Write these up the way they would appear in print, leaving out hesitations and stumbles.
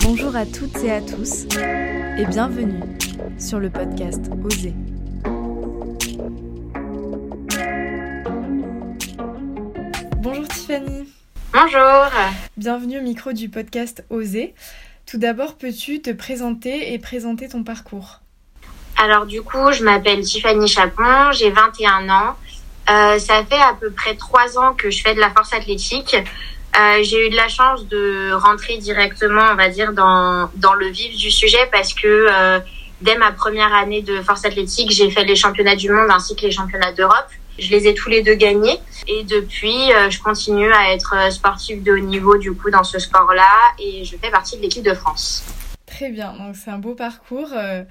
Bonjour à toutes et à tous et bienvenue sur le podcast Oser. Bonjour Tiffany. Bonjour. Bienvenue au micro du podcast Oser. Tout d'abord, peux-tu te présenter et présenter ton parcours ? Alors du coup, je m'appelle Tiffany Chapon, j'ai 21 ans. Ça fait à peu près 3 ans que je fais de la force athlétique. J'ai eu de la chance de rentrer directement, on va dire, dans le vif du sujet parce que dès ma première année de force athlétique, j'ai fait les championnats du monde ainsi que les championnats d'Europe. Je les ai tous les deux gagnés et depuis, je continue à être sportive de haut niveau du coup dans ce sport-là et je fais partie de l'équipe de France. Très bien, donc c'est un beau parcours,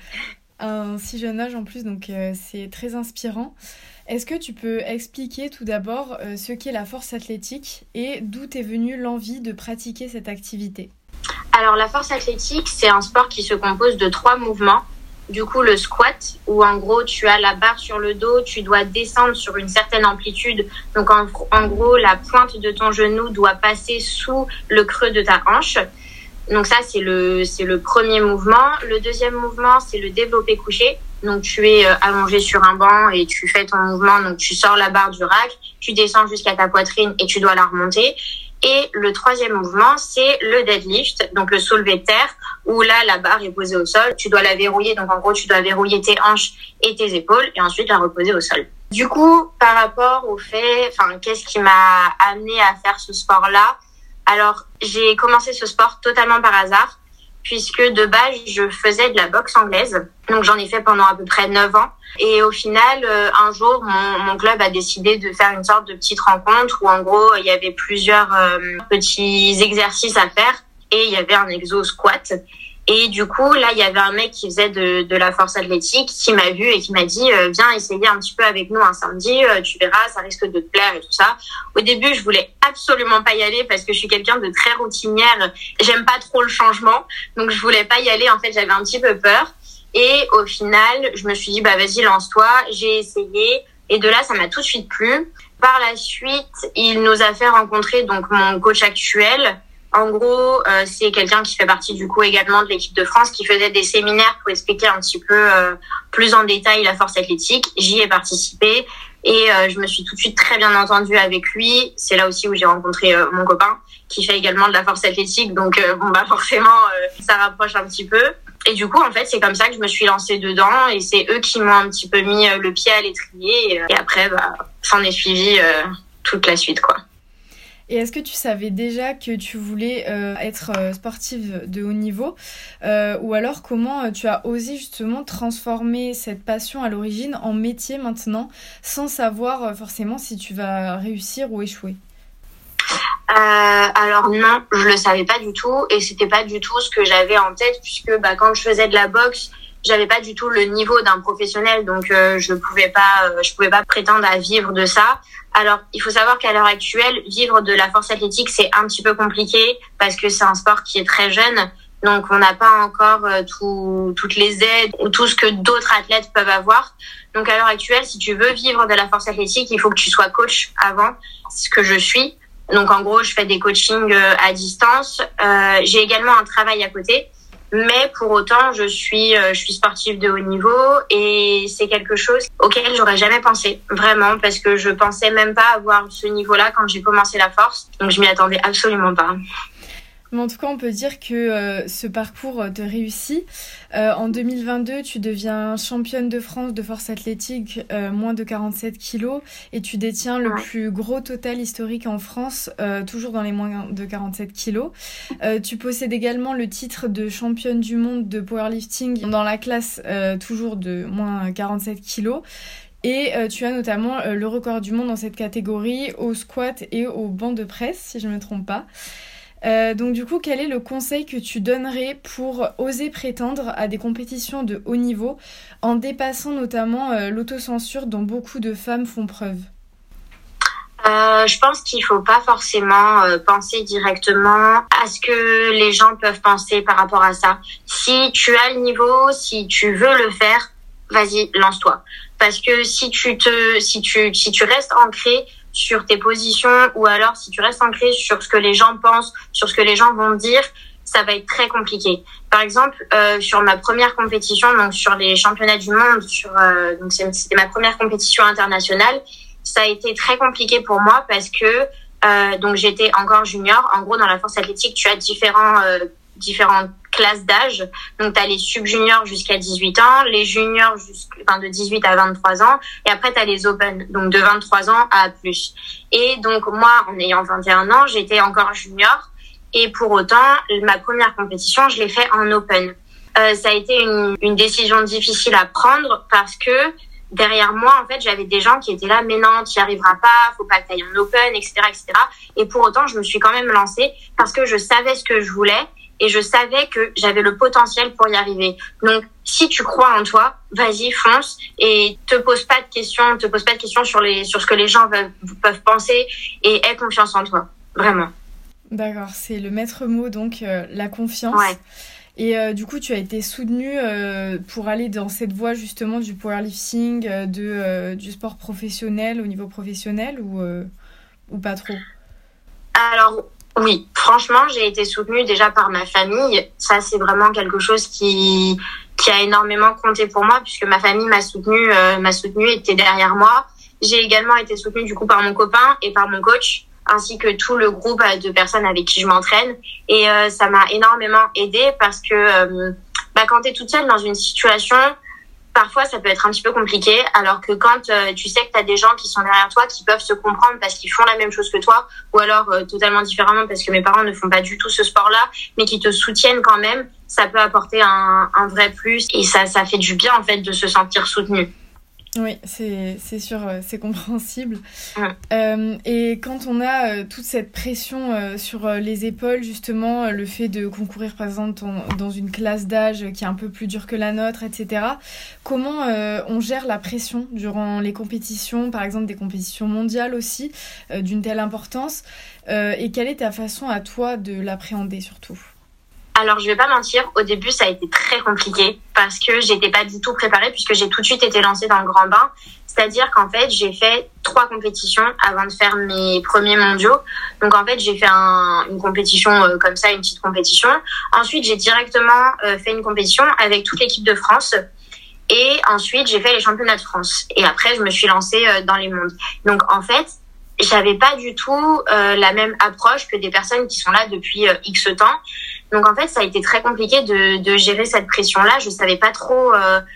un si jeune âge en plus, donc c'est très inspirant. Est-ce que tu peux expliquer tout d'abord ce qu'est la force athlétique et d'où t'est venue l'envie de pratiquer cette activité ? Alors la force athlétique, c'est un sport qui se compose de 3 mouvements. Du coup, le squat, où en gros, tu as la barre sur le dos, tu dois descendre sur une certaine amplitude. Donc, en gros, la pointe de ton genou doit passer sous le creux de ta hanche. Donc ça, c'est le premier mouvement. Le deuxième mouvement, c'est le développé couché. Donc, tu es allongé sur un banc et tu fais ton mouvement. Donc, tu sors la barre du rack, tu descends jusqu'à ta poitrine et tu dois la remonter. Et le troisième mouvement, c'est le deadlift, donc le soulevé de terre, où là, la barre est posée au sol. Tu dois la verrouiller. Donc, en gros, tu dois verrouiller tes hanches et tes épaules et ensuite la reposer au sol. Du coup, par rapport au fait, qu'est-ce qui m'a amené à faire ce sport-là? Alors, j'ai commencé ce sport totalement par hasard, puisque de base, je faisais de la boxe anglaise. Donc, j'en ai fait pendant à peu près 9 ans. Et au final, un jour, mon club a décidé de faire une sorte de petite rencontre où, en gros, il y avait plusieurs petits exercices à faire et il y avait un exo squat. Et du coup, là, il y avait un mec qui faisait de la force athlétique qui m'a vu et qui m'a dit « Viens essayer un petit peu avec nous un samedi, tu verras, ça risque de te plaire et tout ça. » Au début, je voulais absolument pas y aller parce que je suis quelqu'un de très routinière. J'aime pas trop le changement, donc je voulais pas y aller. En fait, j'avais un petit peu peur. Et au final, je me suis dit « Vas-y, lance-toi. » J'ai essayé et de là, ça m'a tout de suite plu. Par la suite, il nous a fait rencontrer donc mon coach actuel. En gros, c'est quelqu'un qui fait partie du coup également de l'équipe de France, qui faisait des séminaires pour expliquer un petit peu plus en détail la force athlétique. J'y ai participé et je me suis tout de suite très bien entendue avec lui. C'est là aussi où j'ai rencontré mon copain qui fait également de la force athlétique. Donc forcément, ça rapproche un petit peu. Et du coup, en fait, c'est comme ça que je me suis lancée dedans et c'est eux qui m'ont un petit peu mis le pied à l'étrier. Et après, s'en est suivi toute la suite, quoi. Et est-ce que tu savais déjà que tu voulais être sportive de haut niveau ou alors comment tu as osé justement transformer cette passion à l'origine en métier maintenant sans savoir forcément si tu vas réussir ou échouer ? Alors non, je le savais pas du tout et c'était pas du tout ce que j'avais en tête puisque quand je faisais de la boxe, j'avais pas du tout le niveau d'un professionnel, donc je pouvais pas prétendre à vivre de ça. Alors, il faut savoir qu'à l'heure actuelle, vivre de la force athlétique, c'est un petit peu compliqué parce que c'est un sport qui est très jeune. Donc, on n'a pas encore toutes les aides ou tout ce que d'autres athlètes peuvent avoir. Donc, à l'heure actuelle, si tu veux vivre de la force athlétique, il faut que tu sois coach avant, ce que je suis. Donc, en gros, je fais des coachings à distance. J'ai également un travail à côté. Mais pour autant, je suis sportive de haut niveau et c'est quelque chose auquel j'aurais jamais pensé, vraiment, parce que je pensais même pas avoir ce niveau-là quand j'ai commencé la force. Donc, je m'y attendais absolument pas. Mais en tout cas, on peut dire que ce parcours te réussit. En 2022, tu deviens championne de France de force athlétique, moins de 47 kilos, et tu détiens le plus gros total historique en France, toujours dans les moins de 47 kilos. Tu possèdes également le titre de championne du monde de powerlifting dans la classe toujours de moins 47 kilos. Et tu as notamment le record du monde dans cette catégorie au squat et au banc de presse, si je ne me trompe pas. Donc du coup, quel est le conseil que tu donnerais pour oser prétendre à des compétitions de haut niveau en dépassant notamment l'autocensure dont beaucoup de femmes font preuve ? Je pense qu'il faut pas forcément penser directement à ce que les gens peuvent penser par rapport à ça. Si tu as le niveau, si tu veux le faire, vas-y, lance-toi. Parce que si tu restes ancré sur tes positions ou alors si tu restes ancré sur ce que les gens pensent, sur ce que les gens vont dire, ça va être très compliqué. Par exemple, sur ma première compétition, donc sur les championnats du monde, donc c'était ma première compétition internationale, ça a été très compliqué pour moi parce que donc j'étais encore junior. En gros, dans la force athlétique, tu as différentes classes d'âge. Donc, tu as les sub-juniors jusqu'à 18 ans, les juniors de 18 à 23 ans, et après, tu as les open, donc de 23 ans à plus. Et donc, moi, en ayant 21 ans, j'étais encore junior, et pour autant, ma première compétition, je l'ai fait en open. Ça a été une décision difficile à prendre parce que derrière moi, en fait, j'avais des gens qui étaient là, mais non, tu n'y arriveras pas, faut pas que tu ailles en open, etc., etc. Et pour autant, je me suis quand même lancée parce que je savais ce que je voulais. Et je savais que j'avais le potentiel pour y arriver. Donc, si tu crois en toi, vas-y, fonce et te pose pas de questions sur ce que les gens peuvent penser et aie confiance en toi. Vraiment. D'accord, c'est le maître mot, donc la confiance. Ouais. Et du coup, tu as été soutenue pour aller dans cette voie justement du powerlifting, du sport professionnel au niveau professionnel ou pas trop? Alors, oui, franchement, j'ai été soutenue déjà par ma famille. Ça, c'est vraiment quelque chose qui a énormément compté pour moi puisque ma famille m'a soutenue, était derrière moi. J'ai également été soutenue du coup par mon copain et par mon coach, ainsi que tout le groupe de personnes avec qui je m'entraîne. Et ça m'a énormément aidée parce que quand t'es toute seule dans une situation, parfois ça peut être un petit peu compliqué, alors que quand tu sais que tu as des gens qui sont derrière toi, qui peuvent se comprendre parce qu'ils font la même chose que toi, ou alors totalement différemment parce que mes parents ne font pas du tout ce sport-là, mais qui te soutiennent quand même, ça peut apporter un vrai plus et ça fait du bien en fait de se sentir soutenu. Oui, c'est sûr, c'est compréhensible. Ouais. Et quand on a toute cette pression sur les épaules, justement, le fait de concourir, par exemple, dans une classe d'âge qui est un peu plus dure que la nôtre, etc., comment on gère la pression durant les compétitions, par exemple des compétitions mondiales aussi, d'une telle importance, et quelle est ta façon à toi de l'appréhender surtout ? Alors, je vais pas mentir, au début, ça a été très compliqué parce que j'étais pas du tout préparée puisque j'ai tout de suite été lancée dans le grand bain. C'est-à-dire qu'en fait, j'ai fait 3 compétitions avant de faire mes premiers mondiaux. Donc, en fait, j'ai fait une compétition comme ça, une petite compétition. Ensuite, j'ai directement fait une compétition avec toute l'équipe de France. Et ensuite, j'ai fait les championnats de France. Et après, je me suis lancée dans les mondes. Donc, en fait, j'avais pas du tout la même approche que des personnes qui sont là depuis X temps. Donc en fait, ça a été très compliqué de gérer cette pression-là. Je savais pas trop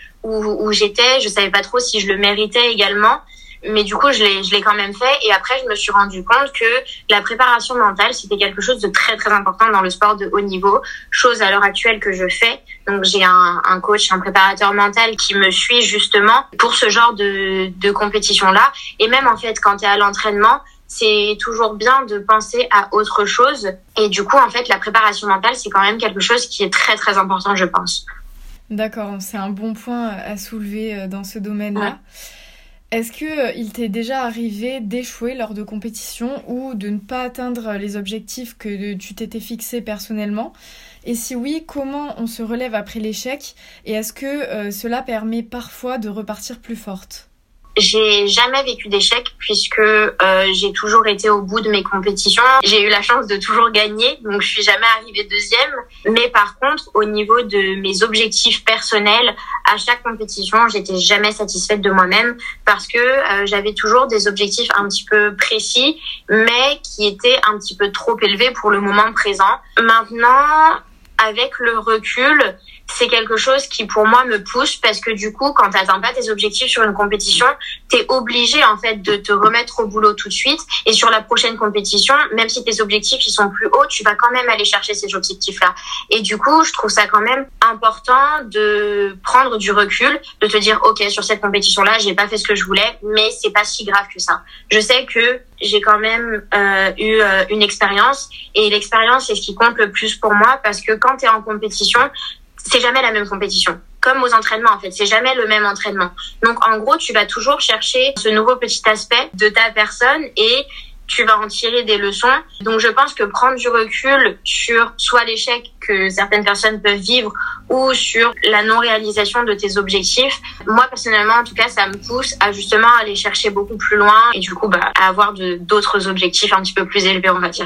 où j'étais, je savais pas trop si je le méritais également. Mais du coup, je l'ai quand même fait. Et après, je me suis rendu compte que la préparation mentale, c'était quelque chose de très, très important dans le sport de haut niveau. Chose à l'heure actuelle que je fais. Donc, j'ai un coach, un préparateur mental qui me suit justement pour ce genre de compétition-là. Et même, en fait, quand tu es à l'entraînement, c'est toujours bien de penser à autre chose. Et du coup, en fait, la préparation mentale, c'est quand même quelque chose qui est très, très important, je pense. D'accord, c'est un bon point à soulever dans ce domaine-là. Ouais. Est-ce qu'il t'est déjà arrivé d'échouer lors de compétitions ou de ne pas atteindre les objectifs que tu t'étais fixés personnellement ? Et si oui, comment on se relève après l'échec ? Et est-ce que cela permet parfois de repartir plus forte ? J'ai jamais vécu d'échec puisque j'ai toujours été au bout de mes compétitions. J'ai eu la chance de toujours gagner, donc je suis jamais arrivée deuxième. Mais par contre, au niveau de mes objectifs personnels, à chaque compétition, j'étais jamais satisfaite de moi-même parce que j'avais toujours des objectifs un petit peu précis, mais qui étaient un petit peu trop élevés pour le moment présent. Maintenant, avec le recul, c'est quelque chose qui pour moi me pousse parce que du coup, quand t'atteins pas tes objectifs sur une compétition, t'es obligé en fait de te remettre au boulot tout de suite. Et sur la prochaine compétition, même si tes objectifs ils sont plus hauts, tu vas quand même aller chercher ces objectifs-là. Et du coup, je trouve ça quand même important de prendre du recul, de te dire ok, sur cette compétition-là, j'ai pas fait ce que je voulais, mais c'est pas si grave que ça. Je sais que j'ai quand même eu une expérience et l'expérience c'est ce qui compte le plus pour moi parce que quand t'es en compétition, c'est jamais la même compétition. Comme aux entraînements, en fait. C'est jamais le même entraînement. Donc, en gros, tu vas toujours chercher ce nouveau petit aspect de ta personne et tu vas en tirer des leçons. Donc, je pense que prendre du recul sur soit l'échec que certaines personnes peuvent vivre ou sur la non-réalisation de tes objectifs, moi, personnellement, en tout cas, ça me pousse à justement aller chercher beaucoup plus loin et du coup, à avoir d'autres objectifs un petit peu plus élevés, on va dire.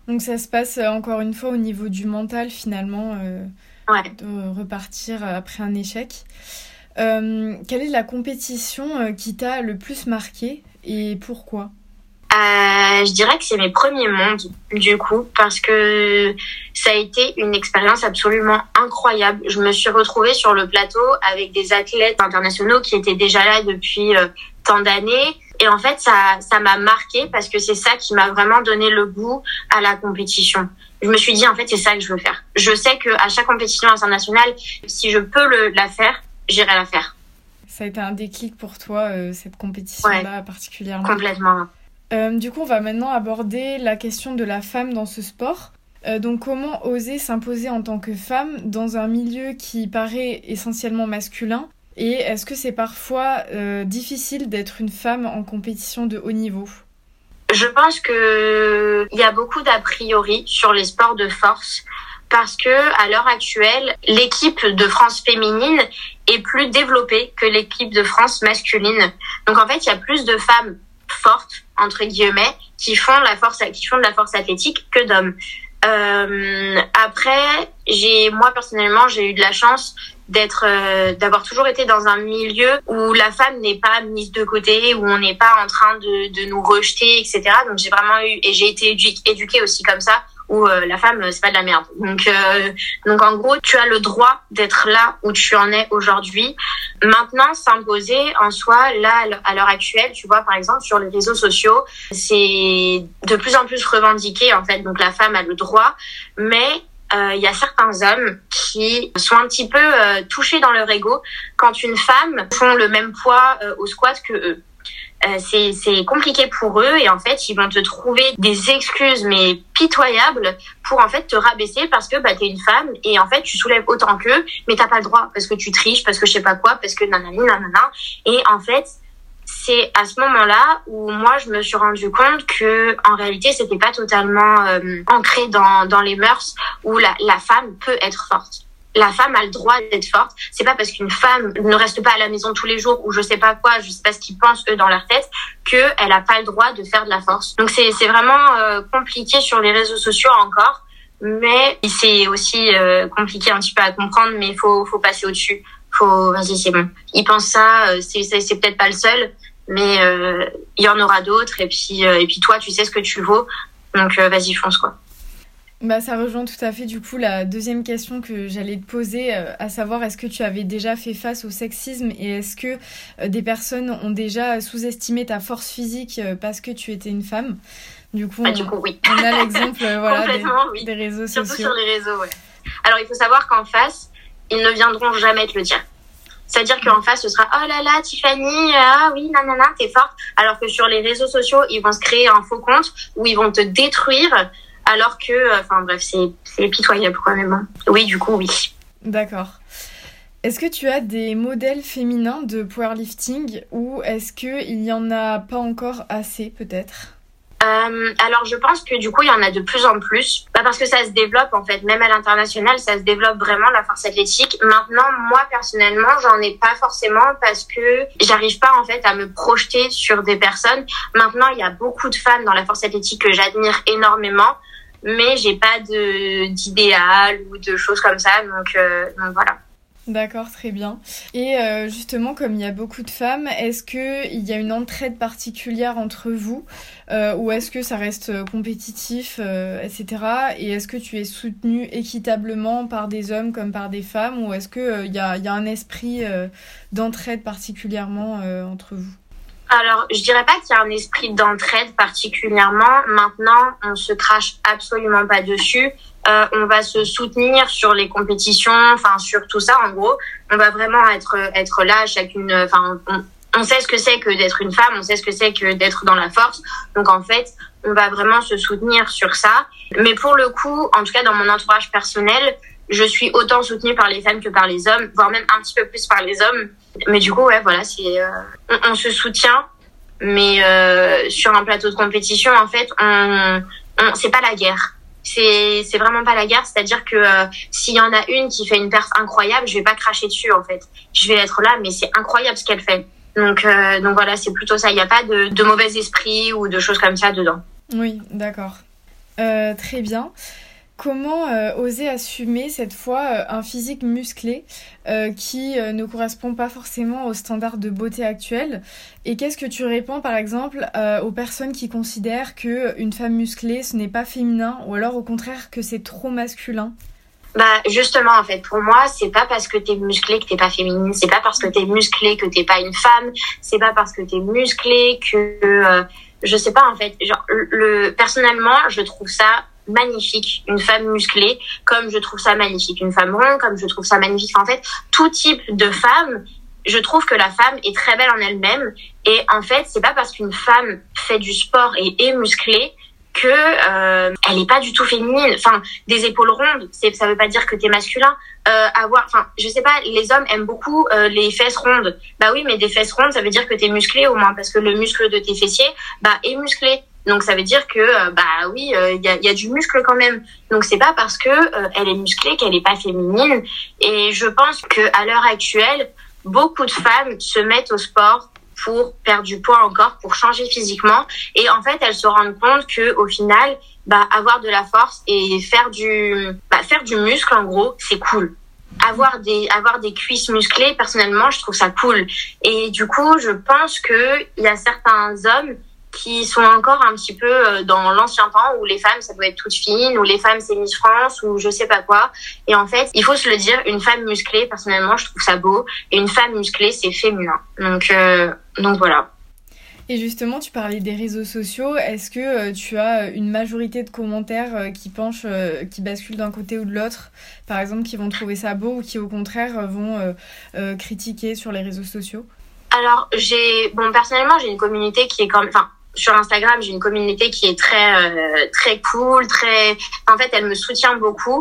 Donc ça se passe encore une fois au niveau du mental finalement, de repartir après un échec. Quelle est la compétition qui t'a le plus marqué et pourquoi ? Je dirais que c'est mes premiers mondes, du coup, parce que ça a été une expérience absolument incroyable. Je me suis retrouvée sur le plateau avec des athlètes internationaux qui étaient déjà là depuis tant d'années. Et en fait, ça m'a marquée parce que c'est ça qui m'a vraiment donné le goût à la compétition. Je me suis dit, en fait, c'est ça que je veux faire. Je sais qu'à chaque compétition internationale, si je peux la faire, j'irai la faire. Ça a été un déclic pour toi, cette compétition-là particulièrement. Complètement. Du coup, on va maintenant aborder la question de la femme dans ce sport. Donc, comment oser s'imposer en tant que femme dans un milieu qui paraît essentiellement masculin ? Et est-ce que c'est parfois difficile d'être une femme en compétition de haut niveau ? Je pense qu'il y a beaucoup d'a priori sur les sports de force parce que à l'heure actuelle, l'équipe de France féminine est plus développée que l'équipe de France masculine. Donc en fait, il y a plus de femmes fortes entre guillemets qui font de la force athlétique que d'hommes. Après, moi personnellement, j'ai eu de la chance d'avoir toujours été dans un milieu où la femme n'est pas mise de côté, où on n'est pas en train de nous rejeter, etc. Donc j'ai été éduquée aussi comme ça, où la femme c'est pas de la merde. Donc en gros, tu as le droit d'être là où tu en es aujourd'hui. Maintenant, s'imposer en soi, là à l'heure actuelle, tu vois par exemple sur les réseaux sociaux, c'est de plus en plus revendiqué en fait. Donc la femme a le droit, mais il y a certains hommes qui sont un petit peu touchés dans leur ego quand une femme font le même poids au squat que eux. C'est compliqué pour eux et en fait ils vont te trouver des excuses mais pitoyables pour en fait te rabaisser parce que t'es une femme et en fait tu soulèves autant qu'eux mais t'as pas le droit parce que tu triches, parce que je sais pas quoi, parce que nanani nanana. Et en fait c'est à ce moment-là où moi je me suis rendu compte que en réalité c'était pas totalement ancré dans les mœurs où la femme peut être forte. La femme a le droit d'être forte. C'est pas parce qu'une femme ne reste pas à la maison tous les jours ou je sais pas quoi, je sais pas ce qu'ils pensent eux dans leur tête, qu'elle a pas le droit de faire de la force. Donc c'est vraiment compliqué sur les réseaux sociaux encore, mais c'est aussi compliqué un petit peu à comprendre, mais faut passer au-dessus. Vas-y, c'est bon. Ils pensent ça, c'est peut-être pas le seul, mais il y en aura d'autres et puis toi tu sais ce que tu vaux. Donc vas-y, fonce quoi. Ça rejoint tout à fait du coup la deuxième question que j'allais te poser, à savoir est-ce que tu avais déjà fait face au sexisme et est-ce que des personnes ont déjà sous-estimé ta force physique parce que tu étais une femme ? Du coup, oui. On a l'exemple des réseaux sociaux. Surtout sur les réseaux, ouais. Alors il faut savoir qu'en face, ils ne viendront jamais te le dire. C'est-à-dire qu'en face, ce sera « Oh là là, Tiffany, ah oui, nanana, t'es forte ». Alors que sur les réseaux sociaux, ils vont se créer un faux compte où ils vont te détruire. Alors que, c'est pitoyable quoi, mais bon. Oui, du coup, oui. D'accord. Est-ce que tu as des modèles féminins de powerlifting ou est-ce qu'il n'y en a pas encore assez, peut-être ? Alors, je pense que du coup, il y en a de plus en plus. Parce que ça se développe, en fait. Même à l'international, ça se développe vraiment, la force athlétique. Maintenant, moi, personnellement, j'en ai pas forcément parce que j'arrive pas, en fait, à me projeter sur des personnes. Maintenant, il y a beaucoup de femmes dans la force athlétique que j'admire énormément. Mais j'ai pas d'idéal ou de choses comme ça, donc voilà. D'accord, très bien. Et justement, comme il y a beaucoup de femmes, est-ce qu'il y a une entraide particulière entre vous ou est-ce que ça reste compétitif, etc. Et est-ce que tu es soutenue équitablement par des hommes comme par des femmes ou est-ce qu'il y a un esprit d'entraide particulièrement entre vous ? Alors, je dirais pas qu'il y a un esprit d'entraide particulièrement. Maintenant, on se crache absolument pas dessus. On va se soutenir sur les compétitions, sur tout ça. En gros, on va vraiment être là, chacune. On sait ce que c'est que d'être une femme, on sait ce que c'est que d'être dans la force. Donc en fait, on va vraiment se soutenir sur ça. Mais pour le coup, en tout cas dans mon entourage personnel, je suis autant soutenue par les femmes que par les hommes, voire même un petit peu plus par les hommes. Mais du coup, ouais, voilà, on se soutient, mais sur un plateau de compétition, en fait, c'est pas la guerre. C'est vraiment pas la guerre, c'est-à-dire que s'il y en a une qui fait une perf incroyable, je vais pas cracher dessus, en fait. Je vais être là, mais c'est incroyable ce qu'elle fait. Donc voilà, c'est plutôt ça. Il n'y a pas de mauvais esprit ou de choses comme ça dedans. Oui, d'accord. Très bien. Comment oser assumer cette fois un physique musclé qui ne correspond pas forcément aux standards de beauté actuels? Et qu'est-ce que tu réponds par exemple aux personnes qui considèrent qu'une femme musclée ce n'est pas féminin ou alors au contraire que c'est trop masculin? Bah justement en fait pour moi c'est pas parce que t'es musclé que t'es pas féminine, c'est pas parce que t'es musclé que t'es pas une femme, c'est pas parce que t'es musclé que je sais pas en fait genre personnellement je trouve ça magnifique une femme musclée comme je trouve ça magnifique une femme ronde comme je trouve ça magnifique en fait tout type de femme. Je trouve que la femme est très belle en elle-même et en fait c'est pas parce qu'une femme fait du sport et est musclée que elle est pas du tout féminine. Enfin, des épaules rondes, ça veut pas dire que t'es masculin. Je sais pas, les hommes aiment beaucoup les fesses rondes. Bah oui, mais des fesses rondes, ça veut dire que t'es musclé au moins, parce que le muscle de tes fessiers, est musclé. Donc ça veut dire que il y a du muscle quand même. Donc c'est pas parce que elle est musclée qu'elle est pas féminine. Et je pense que à l'heure actuelle, beaucoup de femmes se mettent au sport pour perdre du poids encore, pour changer physiquement. Et en fait, elles se rendent compte que au final, avoir de la force et faire du muscle, en gros, c'est cool. Avoir des cuisses musclées, personnellement, je trouve ça cool. Et du coup, je pense que il y a certains hommes qui sont encore un petit peu dans l'ancien temps où les femmes ça doit être toute fine, où les femmes c'est Miss France ou je sais pas quoi. Et en fait, il faut se le dire, une femme musclée, personnellement, je trouve ça beau. Et une femme musclée, c'est féminin. Donc voilà. Et justement, tu parlais des réseaux sociaux. Est-ce que tu as une majorité de commentaires qui penchent, qui basculent d'un côté ou de l'autre, par exemple, qui vont trouver ça beau ou qui au contraire vont critiquer sur les réseaux sociaux? Alors personnellement, j'ai une communauté qui est quand même, sur Instagram, j'ai une communauté qui est très cool, en fait, elle me soutient beaucoup.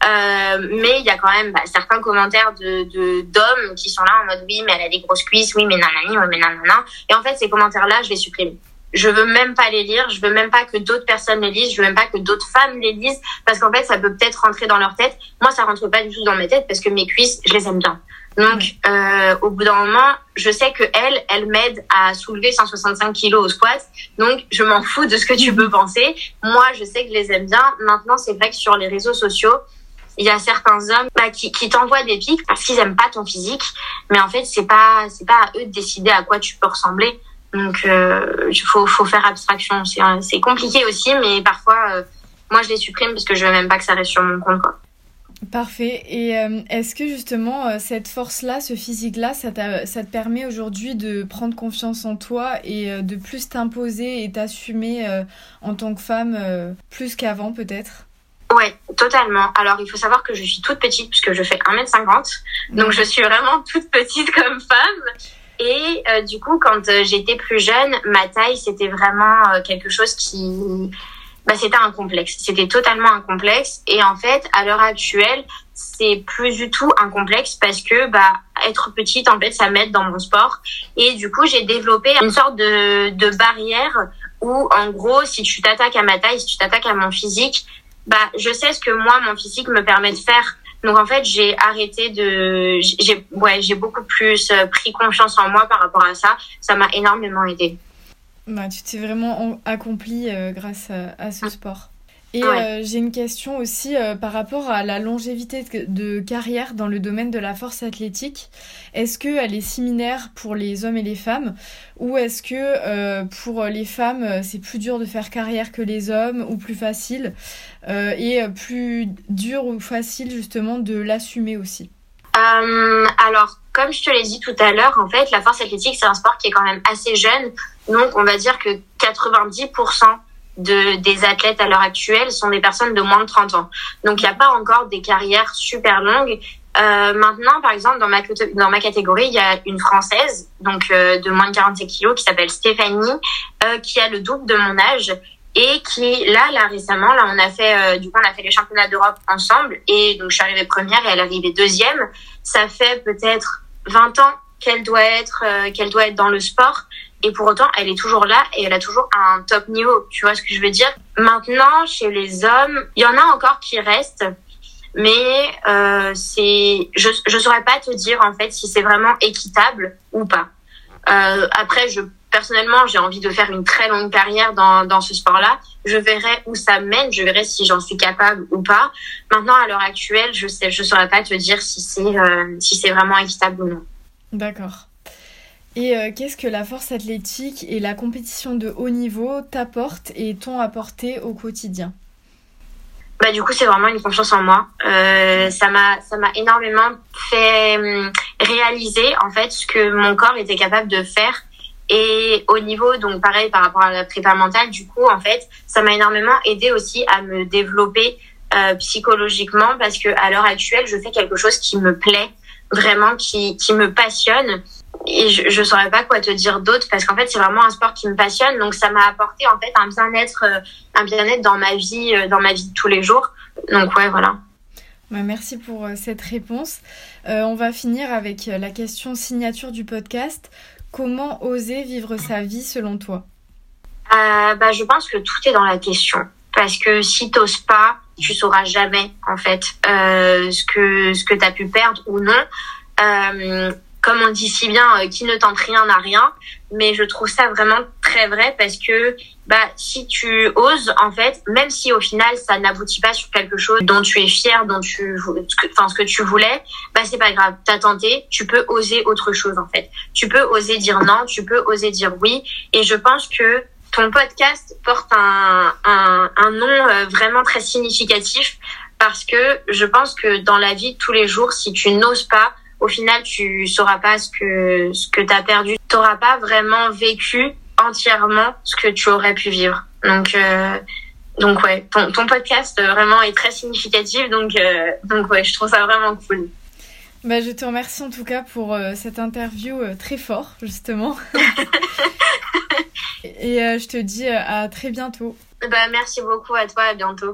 Mais il y a quand même certains commentaires d'hommes qui sont là en mode oui, mais elle a des grosses cuisses, oui, mais nanani, oui, mais nanana. Et en fait, ces commentaires-là, je les supprime. Je veux même pas les lire, je veux même pas que d'autres personnes les lisent, je veux même pas que d'autres femmes les lisent, parce qu'en fait, ça peut peut-être rentrer dans leur tête. Moi, ça rentre pas du tout dans ma tête parce que mes cuisses, je les aime bien. Donc, au bout d'un moment, je sais que elle m'aide à soulever 165 kilos au squat. Donc, je m'en fous de ce que tu peux penser. Moi, je sais que je les aime bien. Maintenant, c'est vrai que sur les réseaux sociaux, il y a certains hommes qui t'envoient des pics parce qu'ils aiment pas ton physique. Mais en fait, c'est pas à eux de décider à quoi tu peux ressembler. Donc, faut faire abstraction. C'est compliqué aussi, mais parfois, moi, je les supprime parce que je veux même pas que ça reste sur mon compte, quoi. Parfait. Et est-ce que justement cette force-là, ce physique-là, ça te permet aujourd'hui de prendre confiance en toi et de plus t'imposer et t'assumer en tant que femme plus qu'avant peut-être? Ouais, totalement. Alors, il faut savoir que je suis toute petite puisque je fais 1m50. Donc, je suis vraiment toute petite comme femme. Et du coup, quand j'étais plus jeune, ma taille, c'était vraiment quelque chose qui... c'était un complexe. C'était totalement un complexe. Et en fait, à l'heure actuelle, c'est plus du tout un complexe parce que, être petite, en fait, ça m'aide dans mon sport. Et du coup, j'ai développé une sorte de barrière où, en gros, si tu t'attaques à ma taille, si tu t'attaques à mon physique, je sais ce que moi, mon physique me permet de faire. Donc, en fait, j'ai beaucoup plus pris confiance en moi par rapport à ça. Ça m'a énormément aidée. Tu t'es vraiment accomplie grâce à ce sport. Et ouais. J'ai une question aussi par rapport à la longévité de carrière dans le domaine de la force athlétique. Est-ce qu'elle est similaire pour les hommes et les femmes? Ou est-ce que pour les femmes, c'est plus dur de faire carrière que les hommes ou plus facile et plus dur ou facile justement de l'assumer aussi? Alors, comme je te l'ai dit tout à l'heure, en fait, la force athlétique, c'est un sport qui est quand même assez jeune. Donc, on va dire que 90% des athlètes à l'heure actuelle sont des personnes de moins de 30 ans. Donc, il n'y a pas encore des carrières super longues. Maintenant, par exemple, dans ma catégorie, il y a une Française, donc de moins de 47 kilos, qui s'appelle Stéphanie, qui a le double de mon âge. Et qui, là, récemment, on a fait les championnats d'Europe ensemble. Et donc, je suis arrivée première et elle est arrivée deuxième. Ça fait peut-être 20 ans qu'elle doit être dans le sport. Et pour autant, elle est toujours là et elle a toujours un top niveau. Tu vois ce que je veux dire? Maintenant, chez les hommes, il y en a encore qui restent. Mais, je saurais pas te dire, en fait, si c'est vraiment équitable ou pas. Après, je personnellement, j'ai envie de faire une très longue carrière dans ce sport-là. Je verrai où ça mène, je verrai si j'en suis capable ou pas. Maintenant, à l'heure actuelle, je saurais pas te dire si c'est vraiment équitable ou non. D'accord. Et qu'est-ce que la force athlétique et la compétition de haut niveau t'apportent et t'ont apporté au quotidien? Bah, du coup, c'est vraiment une confiance en moi. Ça m'a énormément fait réaliser, en fait, ce que mon corps était capable de faire. Et au niveau, donc pareil, par rapport à la prépa mentale, du coup, en fait, ça m'a énormément aidé aussi à me développer psychologiquement, parce que à l'heure actuelle, je fais quelque chose qui me plaît, vraiment, qui me passionne. Et je saurais pas quoi te dire d'autre, parce qu'en fait, c'est vraiment un sport qui me passionne. Donc, ça m'a apporté, en fait, un bien-être dans ma vie de tous les jours. Donc, ouais, voilà. Bah, merci pour cette réponse. On va finir avec la question signature du podcast. Comment oser vivre sa vie selon toi? Je pense que tout est dans la question. Parce que si t'oses pas, tu sauras jamais, en fait, ce que t'as pu perdre ou non. Comme on dit si bien, qui ne tente rien n'a rien. Mais je trouve ça vraiment très vrai, parce que si tu oses, en fait, même si au final ça n'aboutit pas sur quelque chose dont tu es fier, ce que tu voulais, c'est pas grave. T'as tenté, tu peux oser autre chose, en fait. Tu peux oser dire non, tu peux oser dire oui. Et je pense que ton podcast porte un nom vraiment très significatif, parce que je pense que dans la vie de tous les jours, si tu n'oses pas, au final, tu sauras pas ce que t'as perdu. T'auras pas vraiment vécu entièrement ce que tu aurais pu vivre. Donc ouais, ton podcast vraiment est très significatif. Donc ouais, je trouve ça vraiment cool. Je te remercie en tout cas pour cette interview très fort, justement. Et je te dis à très bientôt. Merci beaucoup à toi, à bientôt.